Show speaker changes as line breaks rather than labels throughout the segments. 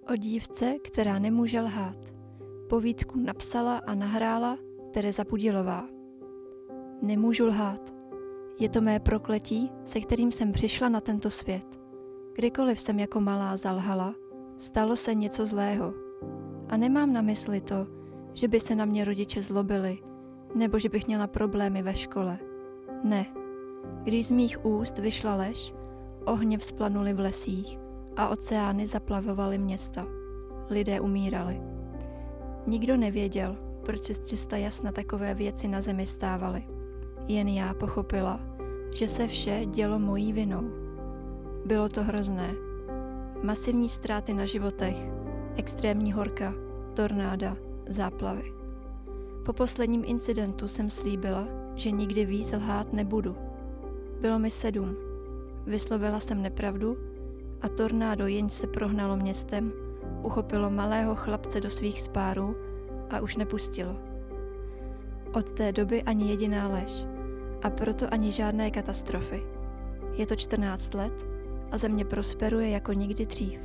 O dívce, která nemůže lhát. Povídku napsala a nahrála Tereza Pudilová. Nemůžu lhát. Je to mé prokletí, se kterým jsem přišla na tento svět. Kdykoliv jsem jako malá zalhala, stalo se něco zlého. A nemám na mysli to, že by se na mě rodiče zlobili, nebo že bych měla problémy ve škole. Ne. Když z mých úst vyšla lež, ohně vzplanuly v lesích a oceány zaplavovaly města. Lidé umírali. Nikdo nevěděl, proč se z čista jasna takové věci na zemi stávaly. Jen já pochopila, že se vše dělo mojí vinou. Bylo to hrozné. Masivní ztráty na životech, extrémní horka, tornáda, záplavy. Po posledním incidentu jsem slíbila, že nikdy víc lhát nebudu. Bylo mi 7. Vyslovila jsem nepravdu a tornádo, jenž se prohnalo městem, uchopilo malého chlapce do svých spárů a už nepustilo. Od té doby ani jediná lež a proto ani žádné katastrofy. Je to 14 let a země prosperuje jako nikdy dřív.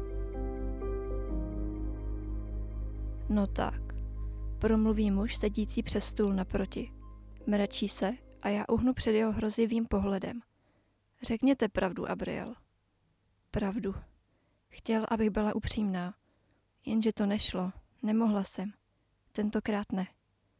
No tak, promluví muž sedící přes stůl naproti. Mračí se a já uhnu před jeho hrozivým pohledem. Řekněte pravdu, Abriel. Pravdu. Chtěl, abych byla upřímná. Jenže to nešlo. Nemohla jsem. Tentokrát ne.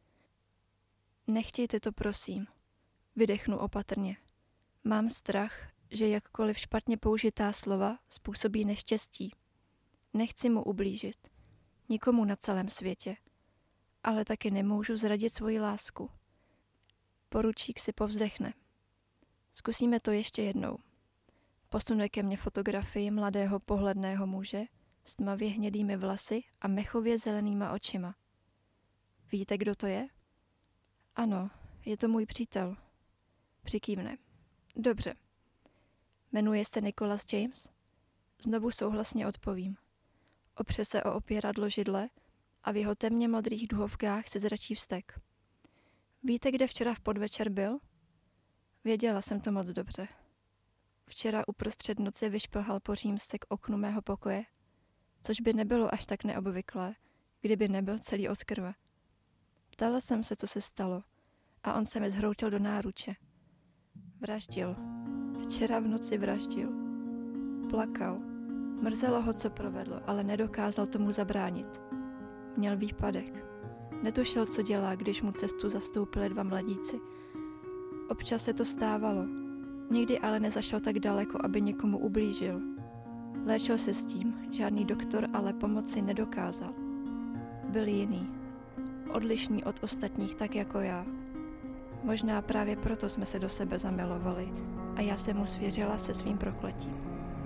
Nechtějte to, prosím. Vydechnu opatrně. Mám strach, že jakkoliv špatně použitá slova způsobí neštěstí. Nechci mu ublížit. Nikomu na celém světě. Ale taky nemůžu zradit svoji lásku. Poručík si povzdechne. Zkusíme to ještě jednou. Posune ke mně fotografii mladého pohledného muže s tmavě hnědými vlasy a mechově zelenýma očima. Víte, kdo to je? Ano, je to můj přítel. Přikývne. Dobře. Jmenuje se Nicholas James? Znovu souhlasně odpovím. Opře se o opěradlo židle a v jeho temně modrých duhovkách se zračí vztek. Víte, kde včera v podvečer byl? Věděla jsem to moc dobře. Včera uprostřed noci vyšplhal po římse k oknu mého pokoje, což by nebylo až tak neobvyklé, kdyby nebyl celý od krve. Ptala jsem se, co se stalo, a on se mi zhroutil do náruče. Vraždil. Včera v noci vraždil. Plakal. Mrzelo ho, co provedl, ale nedokázal tomu zabránit. Měl výpadek. Netušil, co dělá, když mu cestu zastoupili 2 mladíci. Občas se to stávalo. Nikdy ale nezašel tak daleko, aby někomu ublížil. Léčil se s tím, žádný doktor ale pomoci nedokázal. Byl jiný. Odlišný od ostatních tak jako já. Možná právě proto jsme se do sebe zamilovali a já se mu svěřila se svým prokletím.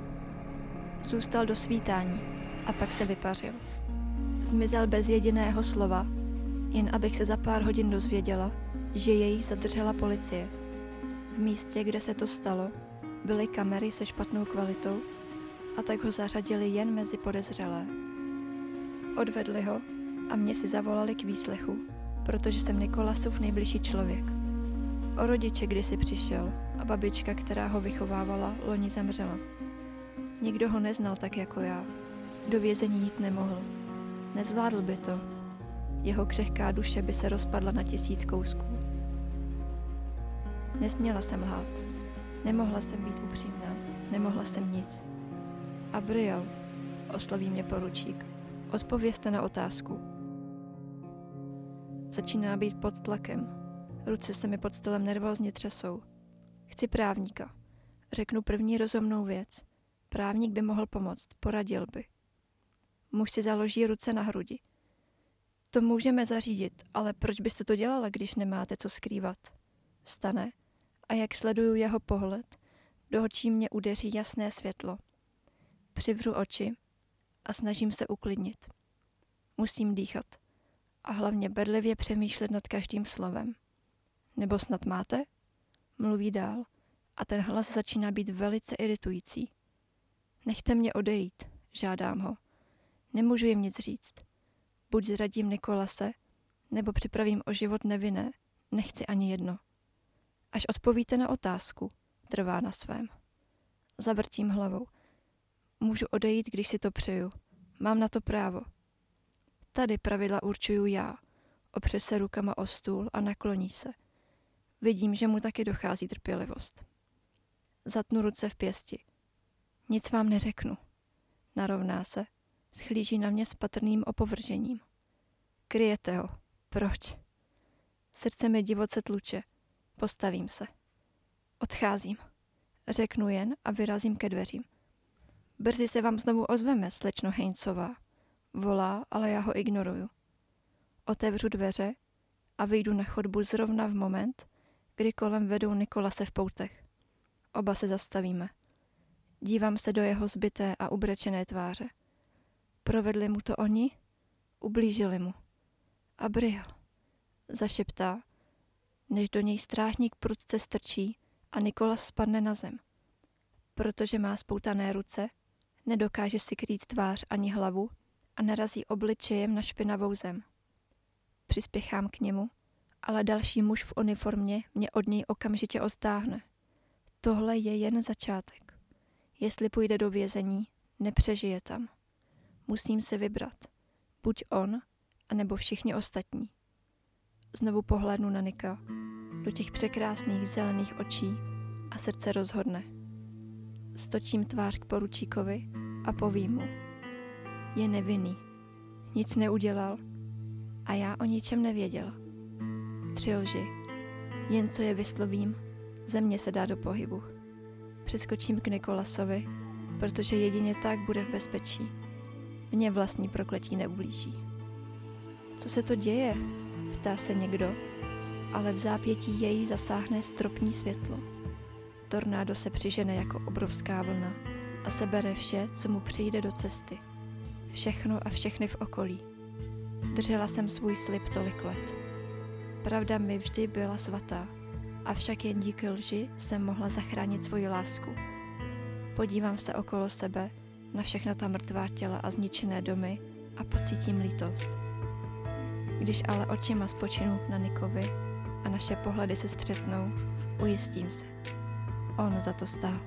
Zůstal do svítání a pak se vypařil. Zmizel bez jediného slova, jen abych se za pár hodin dozvěděla, že jej zadržela policie. V místě, kde se to stalo, byly kamery se špatnou kvalitou a tak ho zařadili jen mezi podezřelé. Odvedli ho a mě si zavolali k výslechu, protože jsem Nikolasův nejbližší člověk. O rodiče kdysi přišel a babička, která ho vychovávala, loni zemřela. Nikdo ho neznal tak jako já. Do vězení jít nemohl. Nezvládl by to. Jeho křehká duše by se rozpadla na 1000 kousků. Nesměla jsem lhát. Nemohla jsem být upřímná. Nemohla jsem nic. Abriel, osloví mě poručík, odpovězte na otázku. Začíná být pod tlakem. Ruce se mi pod stolem nervózně třesou. Chci právníka. Řeknu první rozumnou věc. Právník by mohl pomoct, poradil by. Muž si založí ruce na hrudi. To můžeme zařídit, ale proč byste to dělala, když nemáte co skrývat? Vstane a jak sleduju jeho pohled, do očí mě udeří jasné světlo. Přivřu oči a snažím se uklidnit. Musím dýchat a hlavně bedlivě přemýšlet nad každým slovem. Nebo snad máte? Mluví dál a ten hlas začíná být velice iritující. Nechte mě odejít, žádám ho. Nemůžu jim nic říct. Buď zradím Nikolase, nebo připravím o život nevinné. Nechci ani jedno. Až odpovíte na otázku, trvá na svém. Zavrtím hlavou. Můžu odejít, když si to přeju. Mám na to právo. Tady pravidla určuju já. Opře se rukama o stůl a nakloní se. Vidím, že mu taky dochází trpělivost. Zatnu ruce v pěsti. Nic vám neřeknu. Narovná se, schlíží na mě s patrným opovržením. Kryjete ho. Proč? Srdce mi divoce tluče. Postavím se. Odcházím. Řeknu jen a vyrazím ke dveřím. Brzy se vám znovu ozveme, slečno Hejncová. Volá, ale já ho ignoruju. Otevřu dveře a vyjdu na chodbu zrovna v moment, kdy kolem vedou Nikolase v poutech. Oba se zastavíme. Dívám se do jeho zbité a ubrečené tváře. Provedli mu to oni? Ublížili mu. Abriel, zašeptá, než do něj strážník prudce strčí a Nikolas spadne na zem. Protože má spoutané ruce, nedokáže si krýt tvář ani hlavu a narazí obličejem na špinavou zem. Přispěchám k němu, ale další muž v uniformě mě od něj okamžitě odtáhne. Tohle je jen začátek. Jestli půjde do vězení, nepřežije tam. Musím se vybrat. Buď on, anebo všichni ostatní. Znovu pohlédnu na Nika, do těch překrásných zelených očí a srdce rozhodne. Stočím tvář k poručíkovi a povím mu. Je nevinný. Nic neudělal a já o ničem nevěděla. 3 lži. Jen co je vyslovím, země se dá do pohybu. Přeskočím k Nikolasovi, protože jedině tak bude v bezpečí. Mně vlastní prokletí neublíží. Co se to děje? Ptá se někdo, ale v zápětí jej zasáhne stropní světlo. Tornádo se přižene jako obrovská vlna a sebere vše, co mu přijde do cesty. Všechno a všechny v okolí. Držela jsem svůj slib tolik let. Pravda mi vždy byla svatá, avšak jen díky lži jsem mohla zachránit svoji lásku. Podívám se okolo sebe na všechna ta mrtvá těla a zničené domy a pocítím lítost. Když ale očima spočinu na Nikovi a naše pohledy se střetnou, ujistím se. On za to stál.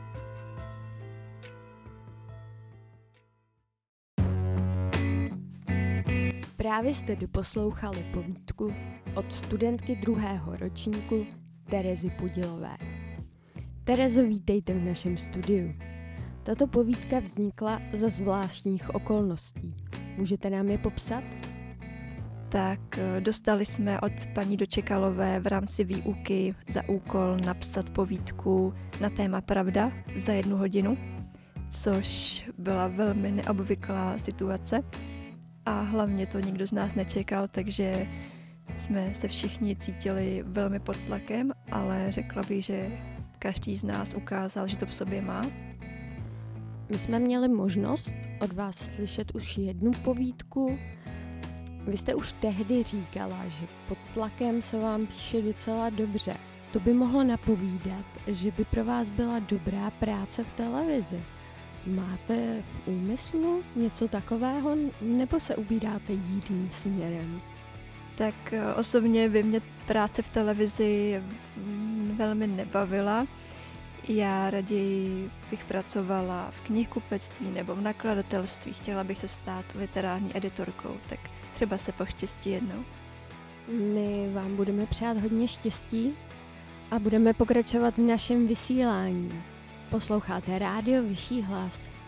Právě jste doposlouchali povídku od studentky 2. ročníku Terezy Pudilové. Terezo, vítejte v našem studiu. Tato povídka vznikla za zvláštních okolností. Můžete nám je popsat?
Tak dostali jsme od paní Dočekalové v rámci výuky za úkol napsat povídku na téma pravda za 1 hodinu, což byla velmi neobvyklá situace a hlavně to nikdo z nás nečekal, takže jsme se všichni cítili velmi pod tlakem, ale řekla bych, že každý z nás ukázal, že to v sobě má.
My jsme měli možnost od vás slyšet už 1 povídku. Vy jste už tehdy říkala, že pod tlakem se vám píše docela dobře. To by mohlo napovídat, že by pro vás byla dobrá práce v televizi. Máte v úmyslu něco takového, nebo se ubíráte jiným směrem?
Tak osobně by mě práce v televizi velmi nebavila. Já raději bych pracovala v knihkupectví nebo v nakladatelství. Chtěla bych se stát literární editorkou, tak třeba se poštěstí jednou.
My vám budeme přát hodně štěstí a budeme pokračovat v našem vysílání. Posloucháte Rádio Vyšší hlas.